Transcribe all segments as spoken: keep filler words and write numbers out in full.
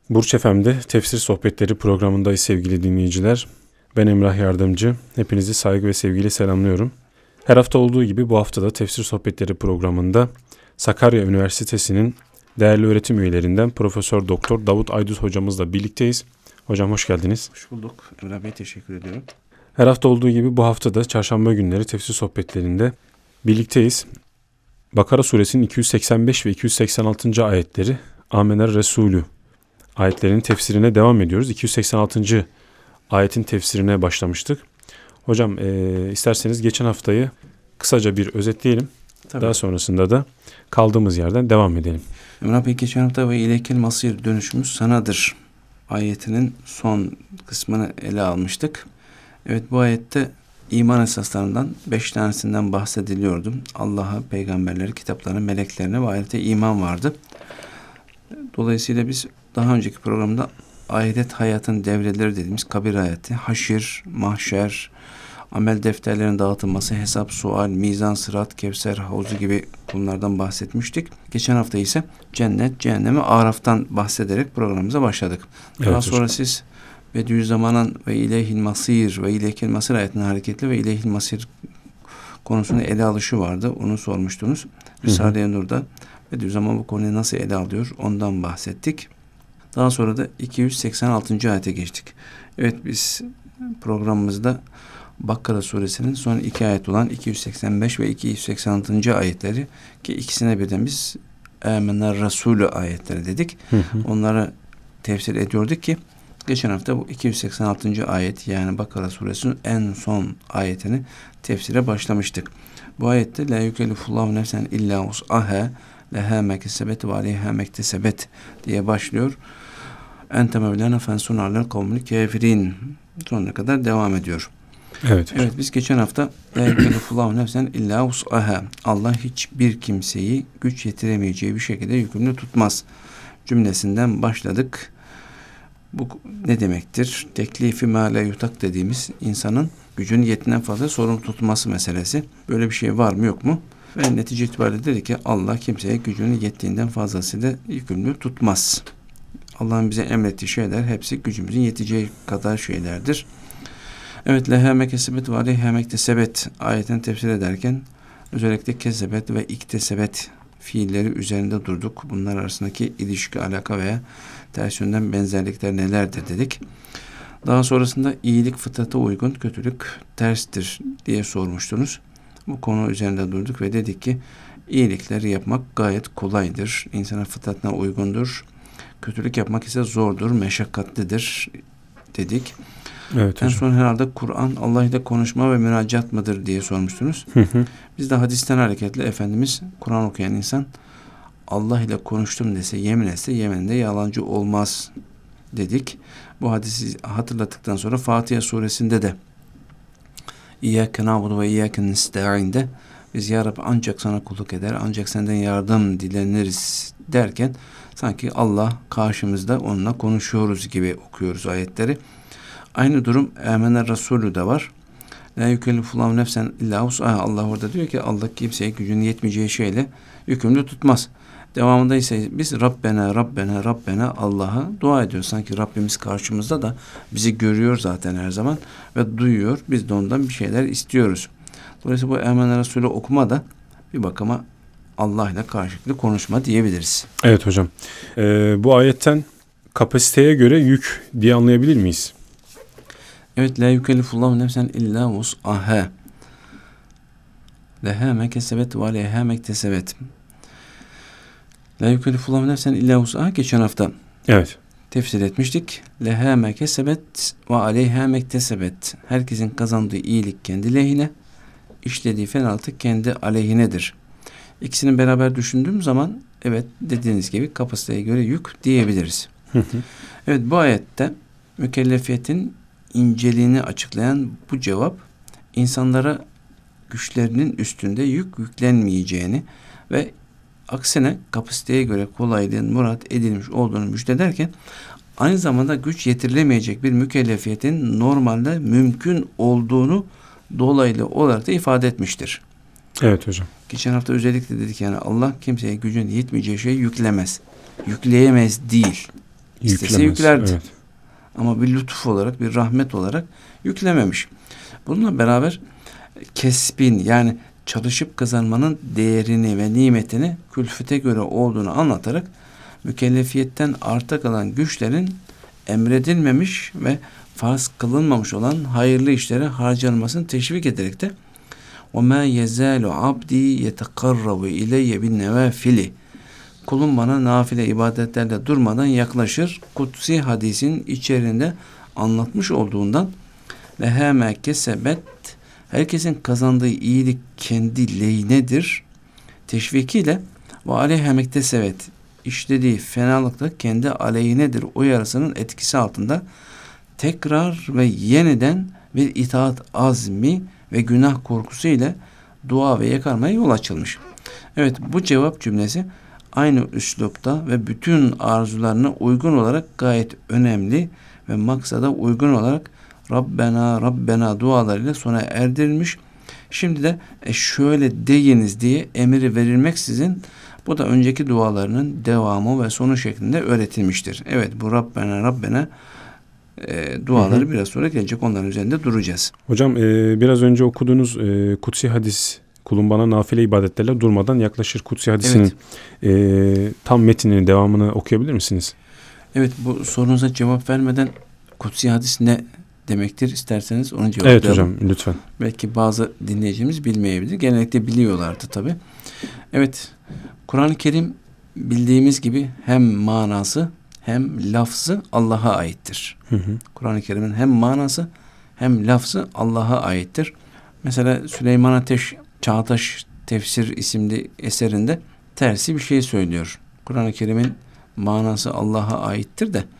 Burç F M'de Tefsir Sohbetleri programındayız sevgili dinleyiciler. Ben Emrah Yardımcı. Hepinizi saygı ve sevgiyle selamlıyorum. Her hafta olduğu gibi bu hafta da Tefsir Sohbetleri programında Sakarya Üniversitesi'nin değerli öğretim üyelerinden Profesör Doktor Davut Aydüz hocamızla birlikteyiz. Hocam hoş geldiniz. Hoş bulduk. Emrah Bey, teşekkür ediyorum. Her hafta olduğu gibi bu hafta da çarşamba günleri Tefsir Sohbetlerinde birlikteyiz. Bakara suresinin iki yüz seksen beş ve iki yüz seksen altıncı ayetleri Amener Resulü ayetlerinin tefsirine devam ediyoruz. iki yüz seksen altıncı ayetin tefsirine başlamıştık. Hocam e, isterseniz geçen haftayı kısaca bir özetleyelim. Tabii. Daha sonrasında da kaldığımız yerden devam edelim. Emrah Bey, geçen hafta ve ileykel masir, dönüşümüz sanadır ayetinin son kısmını ele almıştık. Evet, bu ayette iman esaslarından beş tanesinden bahsediliyordu. Allah'a, peygamberleri, kitaplarına, meleklerine ve ahirete iman vardı. Dolayısıyla biz daha önceki programda ahiret hayatın devreleri dediğimiz kabir hayatı, haşir, mahşer, amel defterlerinin dağıtılması, hesap, sual, mizan, sırat, kevser, havuzu gibi konulardan bahsetmiştik. Geçen hafta ise cennet, cehennemi, araftan bahsederek programımıza başladık. Daha evet, sonra hocam. Siz Bediüzzaman'ın ve ileyhil masir ve ileykel masir ayetinden hareketli ve ileyhil masir konusunu ele alışı vardı. Onu sormuştunuz. Risale-i Nur'da Bediüzzaman bu konuyu nasıl ele alıyor ondan bahsettik. Daha sonra da iki yüz seksen altıncı ayete geçtik. Evet, biz programımızda Bakara suresinin son iki ayet olan iki yüz seksen beş ve iki yüz seksen altıncı ayetleri, ki ikisine birden biz Âmenâ Rasûlü ayetleri dedik. Hı hı. Onları tefsir ediyorduk ki geçen hafta bu iki yüz seksen altıncı ayet, yani Bakara suresinin en son ayetini tefsire başlamıştık. Bu ayette la yükellifullahu nefsen illa vus'aha leha mekesebet ve aleyha mektesebet diye başlıyor. Ente mevlana fensun alel kavmil kafirin sonuna kadar devam ediyor. Evet. Evet, biz geçen hafta la yükellifullahu nefsen illa vus'aha, Allah hiçbir kimseyi güç yetiremeyeceği bir şekilde yükümlü tutmaz cümlesinden başladık. Bu ne demektir? Teklifi ma la yutak dediğimiz insanın gücün yettiğinden fazla sorumlu tutması meselesi. Böyle bir şey var mı yok mu? Ve netice itibariyle dedi ki Allah kimseye gücünün yettiğinden fazlasıyla yükümlü tutmaz. Allah'ın bize emrettiği şeyler hepsi gücümüzün yeteceği kadar şeylerdir. Evet, leha mekesebet ve aleyha mektesebet ayetini tefsir ederken özellikle kesebet ve iktesebet fiilleri üzerinde durduk. Bunlar arasındaki ilişki, alaka veya ters yönden benzerlikler nelerdir dedik. Daha sonrasında iyilik fıtrata uygun, kötülük terstir diye sormuştunuz. Bu konu üzerinde durduk ve dedik ki iyilikleri yapmak gayet kolaydır. İnsana fıtratına uygundur. Kötülük yapmak ise zordur, meşakkatlidir dedik. Evet, en hocam. son herhalde Kur'an Allah ile konuşma ve müracaat mıdır diye sormuştunuz. Hı hı. Biz de hadisten hareketle Efendimiz Kur'an okuyan insan Allah ile konuştum dese, yemin etse yemininde yalancı olmaz dedik. Bu hadisi hatırlattıktan sonra Fatiha suresinde de İyyâke na'budu ve İyyâke nesta'in'de biz ya Rabbi ancak sana kulluk eder, ancak senden yardım dileniriz derken sanki Allah karşımızda, onunla konuşuyoruz gibi okuyoruz ayetleri. Aynı durum Âmenâ Rasûlü de var. La yükellifullahu nefsen illa vus'aha. Allah orada diyor ki Allah kimseye gücünün yetmeyeceği şeyle yükümlü tutmaz. Devamında ise biz Rabbena Rabbena Rabbena Allah'a dua ediyoruz. Sanki Rabbimiz karşımızda da bizi görüyor zaten her zaman ve duyuyor. Biz de ondan bir şeyler istiyoruz. Dolayısıyla bu Âmenâ Rasûlü okuma da bir bakıma Allah ile karşılıklı konuşma diyebiliriz. Evet hocam. Ee, bu ayetten kapasiteye göre yük diye anlayabilir miyiz? Evet, la yükellifullahu nefsen illa vus'aha leha mekesebet ve aleyha mektesebet. La yükellifullahu nefsen illa vus'aha geçen hafta evet tefsir etmiştik. Leha mekesebet ve aleyha mektesebet. Herkesin kazandığı iyilik kendi lehine, işlediği fenalık kendi aleyhinedir. İkisini beraber düşündüğüm zaman evet, dediğiniz gibi kapasiteye göre yük diyebiliriz. Hı hı. Evet, bu ayette mükellefiyetin inceliğini açıklayan bu cevap insanlara güçlerinin üstünde yük yüklenmeyeceğini ve aksine kapasiteye göre kolaylığın murat edilmiş olduğunu müjdederken aynı zamanda güç yetirilemeyecek bir mükellefiyetin normalde mümkün olduğunu dolaylı olarak da ifade etmiştir. Evet hocam. Geçen hafta özellikle dedik, yani Allah kimseye gücün yetmeyeceği şeyi yüklemez. Yükleyemez değil. İstese yüklerdi. Evet. Ama bir lütuf olarak, bir rahmet olarak yüklememiş. Bununla beraber kesbin, yani çalışıp kazanmanın değerini ve nimetini külfete göre olduğunu anlatarak mükellefiyetten arta kalan güçlerin emredilmemiş ve farz kılınmamış olan hayırlı işlere harcanmasını teşvik ederek de وَمَا يَزَالُ عَبْدِي يَتَقَرَّبُ اِلَيَّ بِالنَّوَافِلِ kulum bana nafile ibadetlerle durmadan yaklaşır. Kutsi hadisin içerisinde anlatmış olduğundan lehâ kesebet herkesin kazandığı iyilik kendi lehine teşvikiyle ve aleyhâ mektesevet işlediği fenalık da kendi aleyhinedir uyarısının etkisi altında tekrar ve yeniden bir itaat azmi ve günah korkusu ile dua ve yakarmaya yol açılmış. Evet, bu cevap cümlesi aynı üslupta ve bütün arzularına uygun olarak gayet önemli ve maksada uygun olarak Rabbena Rabbena dualarıyla sona erdirilmiş. Şimdi de e, şöyle deyiniz diye emri verilmeksizin bu da önceki dualarının devamı ve sonu şeklinde öğretilmiştir. Evet, bu Rabbena Rabbena e, duaları hı hı. biraz sonra gelecek, onların üzerinde duracağız. Hocam e, biraz önce okuduğunuz e, kutsi hadis, kulum bana nafile ibadetlerle durmadan yaklaşır kutsi hadisinin evet. e, tam metninin devamını okuyabilir misiniz? Evet, bu sorunuza cevap vermeden kutsi hadis ne demektir isterseniz onu cevaplayalım. Evet hocam, lütfen. Belki bazı dinleyicimiz bilmeyebilir. Genellikle biliyorlardı tabii. Evet, Kur'an-ı Kerim bildiğimiz gibi hem manası hem lafzı Allah'a aittir. Hı hı. Kur'an-ı Kerim'in hem manası hem lafzı Allah'a aittir. Mesela Süleyman Ateş Çağataş Tefsir isimli eserinde tersi bir şey söylüyor. Kur'an-ı Kerim'in manası Allah'a aittir de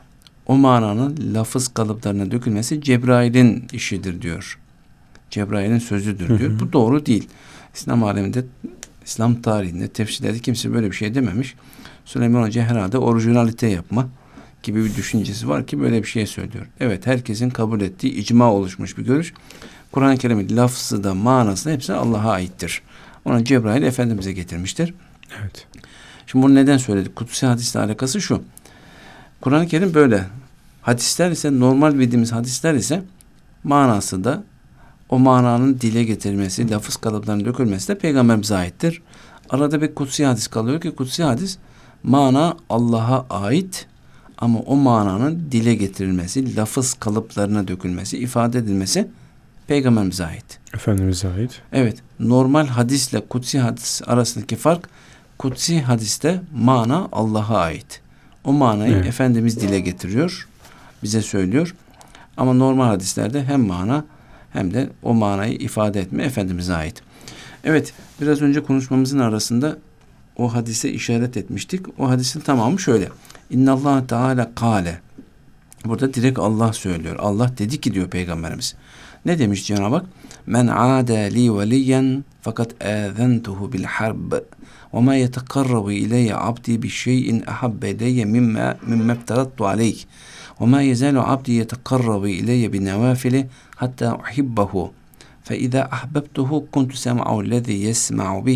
o mananın lafız kalıplarına dökülmesi Cebrail'in işidir diyor. Cebrail'in sözüdür diyor. Hı hı. Bu doğru değil. İslam aleminde, İslam tarihinde, tefsirlerde kimse böyle bir şey dememiş. Süleyman Hoca herhalde orijinalite yapma gibi bir düşüncesi var ki böyle bir şey söylüyor. Evet, herkesin kabul ettiği icma oluşmuş bir görüş. Kur'an-ı Kerim'in lafzı da manası da hepsi Allah'a aittir. Onu Cebrail Efendimiz'e getirmiştir. Evet. Şimdi bunu neden söyledik? Kutsi hadisle alakası şu. Kur'an-ı Kerim böyle. Hadisler ise, normal bildiğimiz hadisler ise manası da o mananın dile getirilmesi, lafız kalıplarının dökülmesi de Peygamberimize aittir. Arada bir kutsi hadis kalıyor ki kutsi hadis mana Allah'a ait ama o mananın dile getirilmesi, lafız kalıplarına dökülmesi, ifade edilmesi Peygamberimize ait. Efendimiz'e ait. Evet. Normal hadisle kutsi hadis arasındaki fark, kutsi hadiste mana Allah'a ait. O manayı evet. Efendimiz dile getiriyor, bize söylüyor. Ama normal hadislerde hem mana hem de o manayı ifade etme Efendimiz'e ait. Evet, biraz önce konuşmamızın arasında o hadise işaret etmiştik. O hadisin tamamı şöyle. İnnallâhe Teâlâ kâle. Burada direkt Allah söylüyor. Allah dedi ki diyor Peygamberimiz. Ne demiş Cenab-ı Hak? Men âdâ li veliyyen fakat âzentuhu bil harb. Ve ma yetekarrabu ileyye abdi bi şeyin ahabbe ileyye mimma mimma efterattu aleyh. Ve ma yezalu abdi yetekarrabu ileyye bi nevafili hatta uhibbahu. فإذا أحببته كنت سمعه الذي يسمع به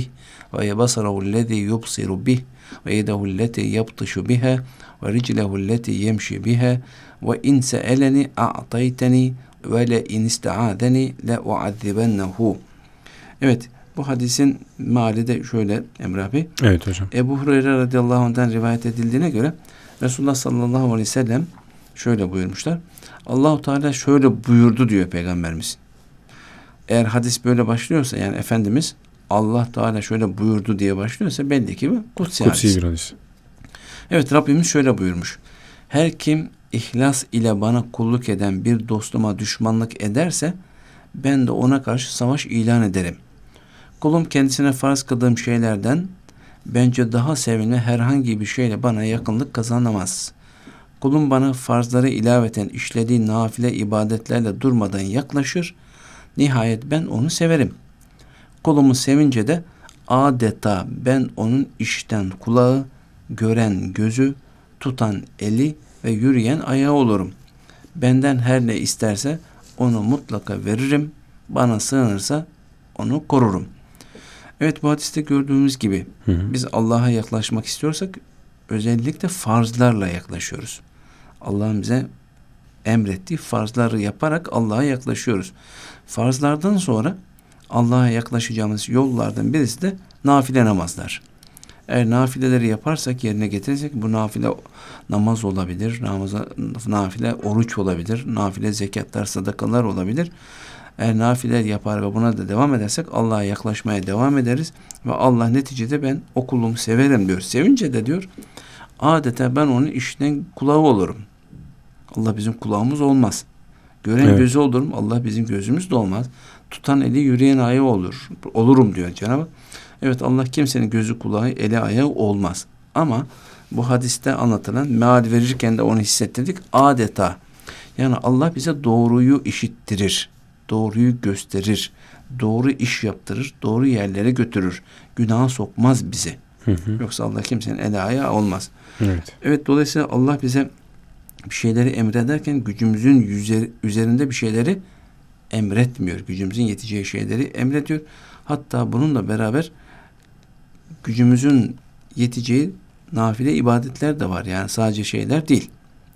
وبصره الذي يبصر به ويده التي يبطش بها ورجله التي يمشي بها وإن سألني أعطيتني وَلَئِنْ اسْتَعَاذَنِي لَاُعَذِّبَنَّهُ. Evet, bu hadisin meali de şöyle Emrah Bey. Evet hocam. Ebu Hureyre radıyallahu anh'tan rivayet edildiğine göre Resulullah sallallahu aleyhi ve sellem şöyle buyurmuşlar. Allahu Teala şöyle buyurdu diyor Peygamberimiz. Eğer hadis böyle başlıyorsa, yani Efendimiz Allah Teala şöyle buyurdu diye başlıyorsa belli ki bu kutsi, kutsi hadis. bir hadis. Evet, Rabbimiz şöyle buyurmuş. Her kim İhlas ile bana kulluk eden bir dostuma düşmanlık ederse ben de ona karşı savaş ilan ederim. Kulum kendisine farz kıldığım şeylerden bence daha sevimli herhangi bir şeyle bana yakınlık kazanamaz. Kulum bana farzları ilaveten işlediği nafile ibadetlerle durmadan yaklaşır. Nihayet ben onu severim. Kulumu sevince de adeta ben onun işten kulağı, gören gözü, tutan eli ve yürüyen ayağı olurum. Benden her ne isterse onu mutlaka veririm. Bana sığınırsa onu korurum. Evet, bu hadiste gördüğümüz gibi hı hı. biz Allah'a yaklaşmak istiyorsak özellikle farzlarla yaklaşıyoruz. Allah'ın bize emrettiği farzları yaparak Allah'a yaklaşıyoruz. Farzlardan sonra Allah'a yaklaşacağımız yollardan birisi de nafile namazlar. Eğer nafileleri yaparsak, yerine getirirsek, bu nafile namaz olabilir, namaza, nafile oruç olabilir, nafile zekatlar, sadakalar olabilir. Eğer nafileler yapar ve buna da devam edersek Allah'a yaklaşmaya devam ederiz ve Allah neticede ben o kulumu severim diyor. Sevince de diyor adeta ben onun işten kulağı olurum. Allah bizim kulağımız olmaz. Gören evet. gözü olurum. Allah bizim gözümüz de olmaz. Tutan eli, yürüyen ayağı olur. Olurum diyor Cenab-ı Hak. Evet, Allah kimsenin gözü, kulağı, eli, ayağı olmaz. Ama bu hadiste anlatılan meal verirken de onu hissettirdik. Adeta yani Allah bize doğruyu işittirir. Doğruyu gösterir. Doğru iş yaptırır. Doğru yerlere götürür. Günaha sokmaz bizi. Hı hı. Yoksa Allah kimsenin eli, ayağı olmaz. Evet. Evet, dolayısıyla Allah bize bir şeyleri emrederken gücümüzün yüzer, üzerinde bir şeyleri emretmiyor. Gücümüzün yeteceği şeyleri emrediyor. Hatta bununla beraber gücümüzün yeteceği nafile ibadetler de var. Yani sadece şeyler değil.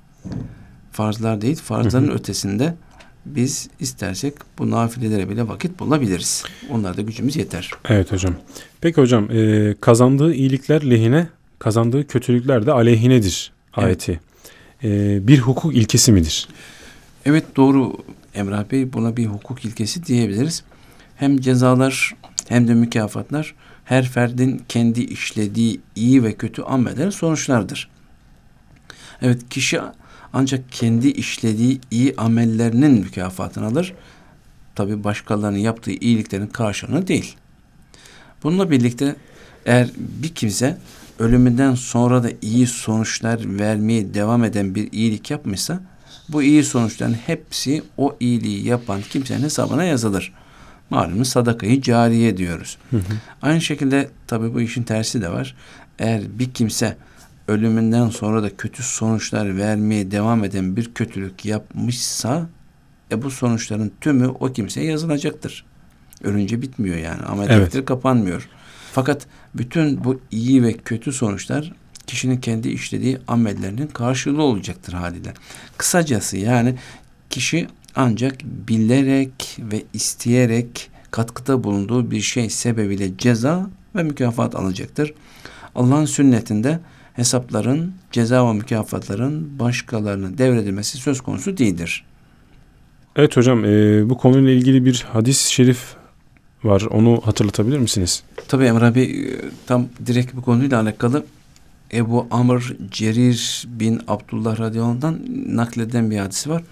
Farzlar değil. Farzların hı hı. ötesinde biz istersek bu nafilelere bile vakit bulabiliriz. Onlarda gücümüz yeter. Evet hocam. Peki hocam, e, kazandığı iyilikler lehine, kazandığı kötülükler de aleyhinedir ayeti. Evet. E, bir hukuk ilkesi midir? Evet, doğru Emrah Bey, buna bir hukuk ilkesi diyebiliriz. Hem cezalar hem de mükafatlar her ferdin kendi işlediği iyi ve kötü amellerin sonuçlardır. Evet, kişi ancak kendi işlediği iyi amellerinin mükafatını alır. Tabi başkalarının yaptığı iyiliklerin karşılığını değil. Bununla birlikte eğer bir kimse ölümünden sonra da iyi sonuçlar vermeye devam eden bir iyilik yapmışsa, bu iyi sonuçların hepsi o iyiliği yapan kimsenin hesabına yazılır. Malumunuz sadakayı cariye diyoruz. Hı hı. Aynı şekilde tabii bu işin tersi de var. Eğer bir kimse ölümünden sonra da kötü sonuçlar vermeye devam eden bir kötülük yapmışsa, e bu sonuçların tümü o kimseye yazılacaktır. Ölünce bitmiyor yani. Amel defteri evet. kapanmıyor. Fakat bütün bu iyi ve kötü sonuçlar kişinin kendi işlediği amellerinin karşılığı olacaktır haliyle. Kısacası yani kişi ancak bilerek ve isteyerek katkıda bulunduğu bir şey sebebiyle ceza ve mükafat alacaktır. Allah'ın sünnetinde hesapların, ceza ve mükafatların başkalarına devredilmesi söz konusu değildir. Evet hocam, e, bu konuyla ilgili bir hadis-i şerif var. Onu hatırlatabilir misiniz? Tabii Emre Bey, tam direkt bu konuyla alakalı Ebu Amr Cerir bin Abdullah radıyallahu anh'dan nakleden bir hadisi var.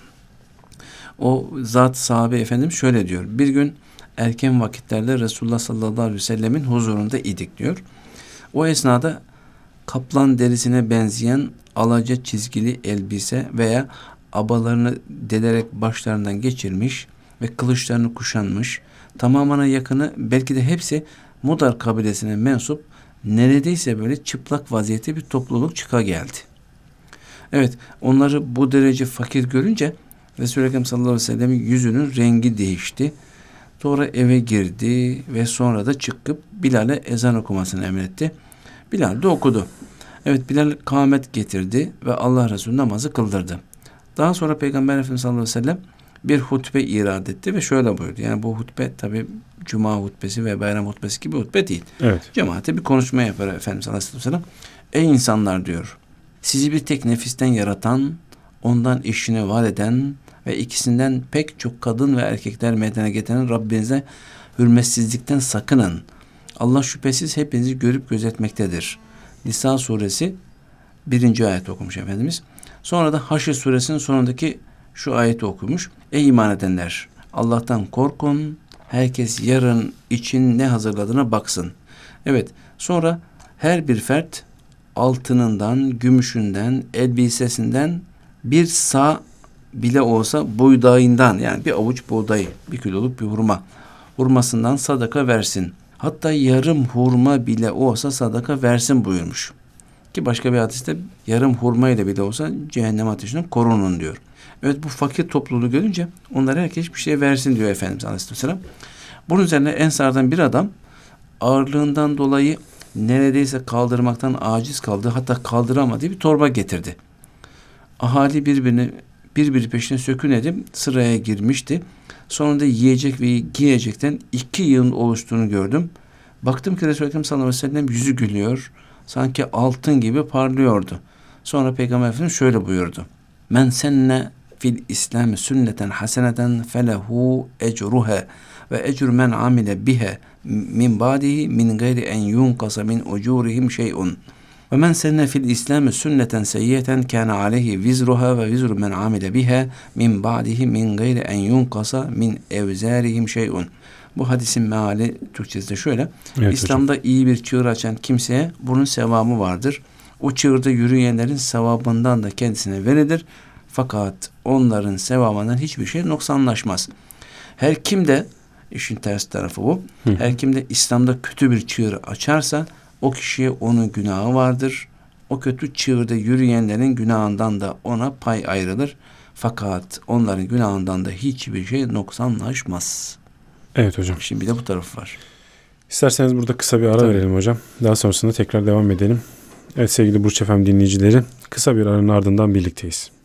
O zat sahabe efendim şöyle diyor. Bir gün erken vakitlerde Resulullah sallallahu aleyhi ve sellemin huzurunda idik diyor. O esnada kaplan derisine benzeyen alaca çizgili elbise veya abalarını delerek başlarından geçirmiş ve kılıçlarını kuşanmış, tamamına yakını belki de hepsi Mudar kabilesine mensup neredeyse böyle çıplak vaziyette bir topluluk çıka geldi. Evet, onları bu derece fakir görünce Resul-i Ekrem sallallahu aleyhi ve sellem'in yüzünün rengi değişti. Sonra eve girdi ve sonra da çıkıp Bilal'e ezan okumasını emretti. Bilal de okudu. Evet, Bilal kâmet getirdi ve Allah Resulü namazı kıldırdı. Daha sonra Peygamber Efendimiz sallallahu aleyhi ve sellem bir hutbe irad etti ve şöyle buyurdu. Yani bu hutbe tabi cuma hutbesi ve bayram hutbesi gibi hutbe değil. Evet. Cemaate bir konuşma yapar Efendimiz aleyhisselatü vesselam. Ey insanlar diyor. Sizi bir tek nefisten yaratan, ondan eşini var eden ve ikisinden pek çok kadın ve erkekler meydana getiren Rabbinize hürmetsizlikten sakının. Allah şüphesiz hepinizi görüp gözetmektedir. Nisa suresi birinci ayet okumuş Efendimiz. Sonra da Haşr suresinin sonundaki şu ayeti okumuş. Ey iman edenler! Allah'tan korkun. Herkes yarın için ne hazırladığına baksın. Evet. Sonra her bir fert altınından, gümüşünden, elbisesinden bir sağ bile olsa buğdayından, yani bir avuç buğday, bir kiloluk bir hurma, hurmasından sadaka versin. Hatta yarım hurma bile olsa sadaka versin buyurmuş. Ki başka bir hadiste yarım hurma ile bile olsa cehennem ateşinden korunun diyor. Evet, bu fakir topluluğu görünce onlara herkes bir şey versin diyor Efendimiz Aleyhisselam. Bunun üzerine Ensar'dan bir adam ağırlığından dolayı neredeyse kaldırmaktan aciz kaldı. Hatta kaldıramadığı bir torba getirdi. Ahali birbirini birbiri peşine sökün edip sıraya girmişti. Sonunda yiyecek ve giyecekten iki yığın oluştuğunu gördüm. Baktım ki Resulullah sallallahu aleyhi ve sellem yüzü gülüyor. Sanki altın gibi parlıyordu. Sonra Peygamber Efendimiz şöyle buyurdu. Men senne fil İslam sünneten haseneten felehu ecruha ve ecru men amile biha min ba'dihi min gayri en yunkasa min ucurihim şey'un. Ve men senne fil İslam sünneten seyyiyeten kana aleyhi vizruha ve vizru men amile biha min ba'dihi min gayri en yunkasa min evzarihim şey'un. Bu hadisin meali Türkçesi de şöyle. Evet, İslam'da hocam. iyi bir çığır açan kimseye bunun sevabı vardır. O çığırda yürüyenlerin sevabından da kendisine verilir. Fakat onların sevabından hiçbir şey noksanlaşmaz. Her kim de, işin ters tarafı bu, Hı. her kim de İslam'da kötü bir çığır açarsa o kişiye onun günahı vardır. O kötü çığırda yürüyenlerin günahından da ona pay ayrılır. Fakat onların günahından da hiçbir şey noksanlaşmaz. Evet hocam. Şimdi bir de bu tarafı var. İsterseniz burada kısa bir ara Tabii. verelim hocam. Daha sonrasında tekrar devam edelim. Evet sevgili Burç Efem dinleyicileri, kısa bir aranın ardından birlikteyiz.